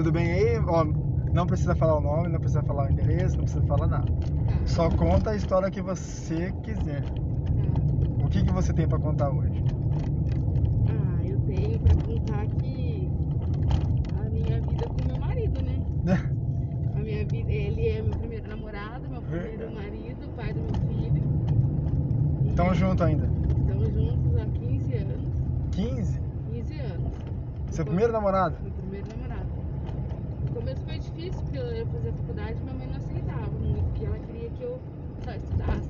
Tudo bem aí? Ó, não precisa falar o nome, não precisa falar o endereço, não precisa falar nada. Só conta a história que você quiser. O que você tem pra contar hoje? Eu tenho pra contar que a minha vida com meu marido, né? A minha vida, ele é meu primeiro namorado, meu primeiro marido, pai do meu filho. Estão juntos ainda? Estamos juntos há 15 anos. 15? 15 anos. Seu primeiro namorado? Meu primeiro namorado. No começo foi difícil, porque eu ia fazer faculdade e minha mãe não aceitava muito, porque ela queria que eu só estudasse.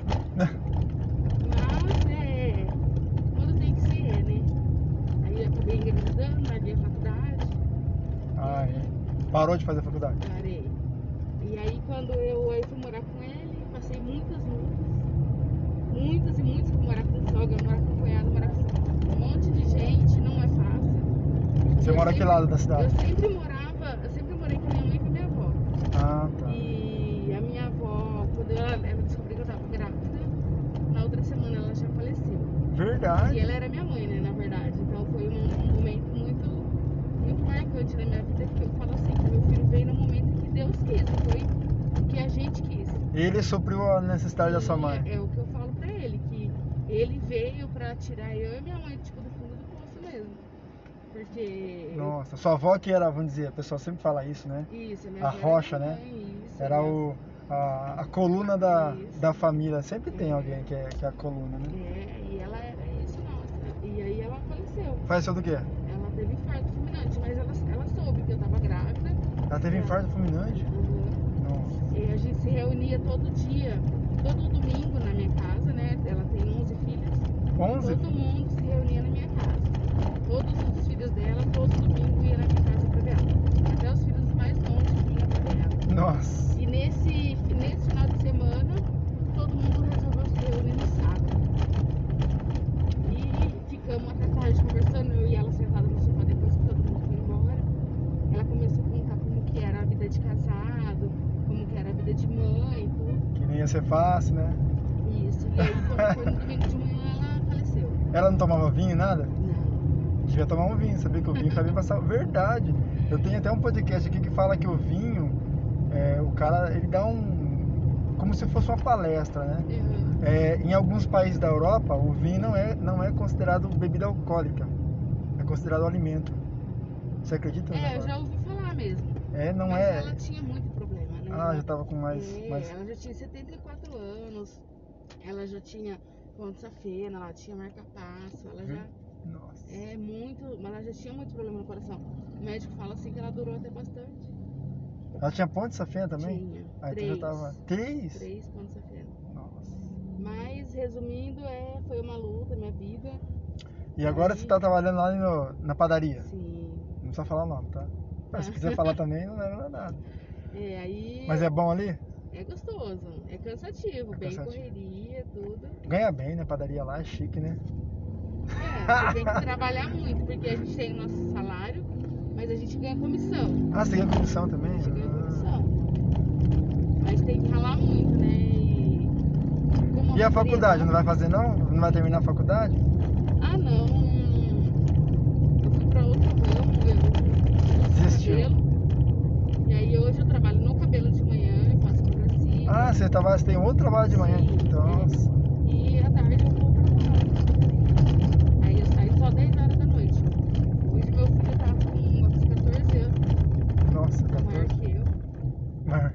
Mas quando tem que ser, né? Aí eu acabei engravidando, larguei a faculdade. Parou de fazer faculdade? Parei. E aí quando eu fui morar com ele, passei muitas lutas. Muitas e muitas. Fui morar com sogra, morar com cunhado, morar com um monte de gente, não é fácil. Você mora que lado da cidade? Eu sempre morei com a minha mãe e com a minha avó. Ah, tá. E a minha avó, quando ela descobriu que eu tava grávida, na outra semana ela já faleceu. Verdade. E ela era minha mãe, né, na verdade. Então foi um momento muito marcante na minha vida, que eu falo assim, que meu filho veio no momento que Deus quis, não foi o que a gente quis. Ele supriu a necessidade da sua mãe. É o que eu falo pra ele, que ele veio pra tirar eu e minha mãe, tipo, do fundo do poço mesmo. Porque... Nossa, sua avó que era, vamos dizer, a pessoa sempre fala isso, né? Isso, a minha A avó rocha, era né? isso, Era a coluna da Isso. família. Sempre tem alguém que é a coluna, né? E ela era isso, nossa. E aí ela faleceu. Faleceu do quê? Ela teve infarto fulminante, mas ela soube que eu tava grávida. Ela teve infarto fulminante? Nossa. E a gente se reunia todo dia, todo domingo na minha casa, né? Ela tem 11 filhos. 11? Todo mundo se reunia na minha casa. Todos os filhos dela, todo domingo ia na minha casa pra ver ela. Até os filhos mais novos vinham pra ver ela. Nossa. E nesse final de semana, todo mundo resolveu se reunir no sábado. E ficamos até tarde conversando, eu e ela sentada no sofá depois que todo mundo foi embora. Ela começou a contar como que era a vida de casado, como que era a vida de mãe, tudo. Que nem ia ser fácil, né? Isso. E aí quando foi no domingo de manhã, ela faleceu. Ela não tomava vinho, nada? Não. Devia tomar um vinho, sabia que o vinho fazia passar... Verdade. Eu tenho até um podcast aqui que fala que o vinho, o cara, ele dá como se fosse uma palestra, né? Uhum. Em alguns países da Europa, o vinho não é considerado bebida alcoólica. É considerado alimento. Você acredita? Eu já ouvi falar mesmo. Não mas é... ela tinha muito problema, né? já tava com mais... Ela já tinha 74 anos. Ela já tinha ponto safena, ela tinha marca-passo, ela já... Nossa. Mas ela já tinha muito problema no coração. O médico fala assim que ela durou até bastante. Ela tinha ponte safena também? Tinha. Então 3. já tava... 3? 3 pontos safena. Nossa. Mas, resumindo, foi uma luta, minha vida. E agora você tá trabalhando lá na padaria? Sim. Não precisa falar o nome, tá? Mas se quiser falar também, não leva nada. Aí... Mas é bom ali? É gostoso. É cansativo, bem correria, tudo. Ganha bem, né? Padaria lá é chique, né? Você tem que trabalhar muito, porque a gente tem o nosso salário, mas a gente ganha comissão. Ah, você ganha comissão também? A gente ganha comissão. Mas tem que ralar muito, né? E a faculdade, não vai fazer não? Não vai terminar a faculdade? Ah, não. Eu fui pra outro ramo, eu desistiu. Cabelo. E aí hoje eu trabalho no cabelo de manhã, eu faço cobrancinha. Ah, você tem outro trabalho de manhã? Sim, Nossa. E à tarde eu vou pra lá. Aí eu saio só 10 horas da noite. Hoje meu filho tá com 14 anos. Nossa, Maior que eu. Maior.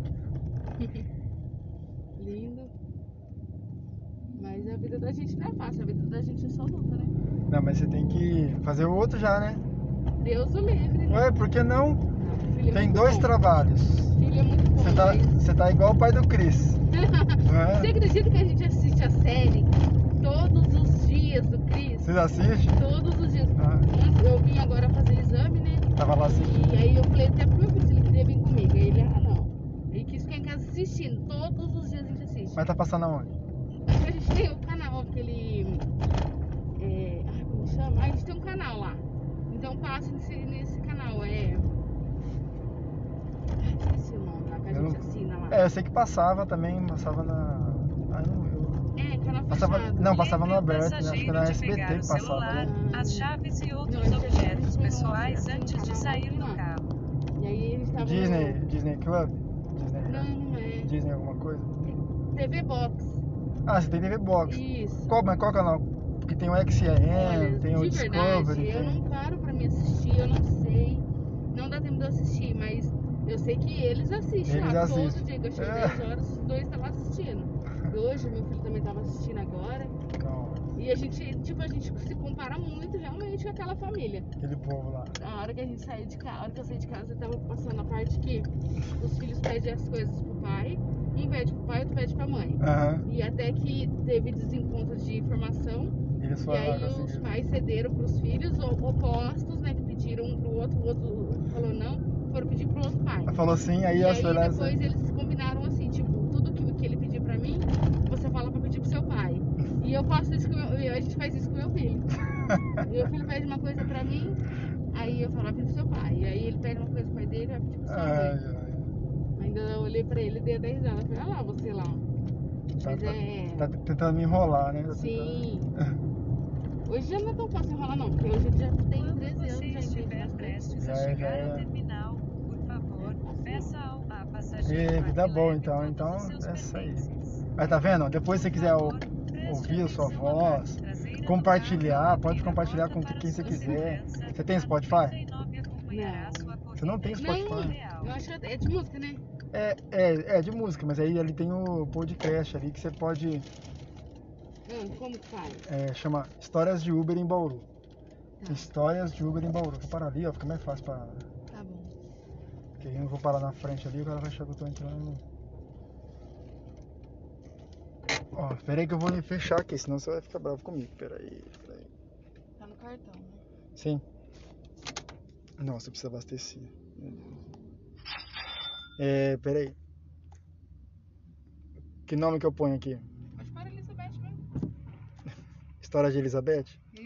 Lindo. Mas a vida da gente não é fácil, a vida da gente é só luta, né? Não, mas você tem que fazer o outro já, né? Deus o livre, né? Ué, por que não? Filho Tem muito 2 bom. trabalhos. Filho é muito bom. Você tá igual o pai do Chris. Não é? Você acredita que a gente assiste a série todos os dias do Chris? Vocês assistem? Todos os dias. Ah. Eu vim agora fazer exame, né? Tava lá assistindo. E aí eu falei até pro meu filho se ele queria vir comigo. Aí ele, não. Ele quis ficar em casa assistindo. Todos os dias a gente assiste. Mas tá passando aonde? A gente tem o canal, aquele... como chama? A gente tem um canal lá. Então passa nesse canal. Esqueci o nome lá, que a gente assina lá. Eu sei que passava também, passava na... Canal Passava, fechado. não, passava no aberto, né? Acho que era na de SBT pegar que o passava. celular, as chaves e outros Não, objetos a gente pessoais tem um antes de canal sair lá. do carro. E aí eles Disney Club? Disney, Não é. Disney alguma coisa? TV Box. Ah, você tem TV Box. Isso. Mas qual canal? Porque tem o XN, Olha, tem o de Discovery. verdade, eu não paro pra me assistir, eu não sei. Não dá tempo de eu assistir, mas eu sei que eles assistem Eles lá. assistem. Todo dia que eu chego 10 horas, os dois estavam assistindo. Hoje, meu filho também tava assistindo agora. Não, E a gente se compara muito realmente com aquela família. aquele povo lá. A hora que a gente saiu de casa, a hora que eu saí de casa, eu tava passando a parte que os filhos pedem as coisas pro pai. Um pede pro pai, outro pede pra mãe. Aham. E até que teve desencontros de informação. Eles E foram lá aí os conseguir. pais cederam pros filhos opostos, né? Que pediram um pro outro, o outro falou não, foram pedir pro outro pai. Ela falou sim, aí E elas aí foram lá. depois eles combinaram assim, tipo, tudo que ele pedir pra mim, você fala pra pedir pro seu pai. E eu faço isso com a gente faz isso com meu filho. Meu filho pede uma coisa pra mim, aí eu falo, vai pedir pro seu pai. E aí ele pede uma coisa pro pai dele, vai pedir pro seu Ai, pai. ai. Ainda eu olhei pra ele e dei 10 anos. Falei, olha lá, você lá. Mas Tá tentando me enrolar, né? Tá Sim. Hoje já não é tão fácil enrolar não, porque hoje ele já tem 13 anos, já entende bastante. Já é. Terminal, por favor, peça a passageiro. Vida boa, então é isso aí. Mas tá vendo? Depois se você quiser ouvir a sua voz, compartilhar, pode compartilhar com quem você quiser. Você tem Spotify? Você não tem Spotify? Não, eu acho que é de música, né? É de música, mas aí ali tem o podcast ali que você pode. Como que faz? Chama Histórias de Uber em Bauru. Tá. Histórias de Uber em Bauru. Vou parar ali, ó, fica mais fácil pra. Tá bom. Porque eu não vou parar na frente ali, o cara vai achar que eu tô entrando. Ó, pera aí que eu vou fechar aqui, senão você vai ficar bravo comigo. Pera aí. Tá no cartão, né? Sim. Nossa, precisa abastecer. Meu Deus. Pera aí. Que nome que eu ponho aqui? Pode para Elizabeth mesmo. História de Elizabeth?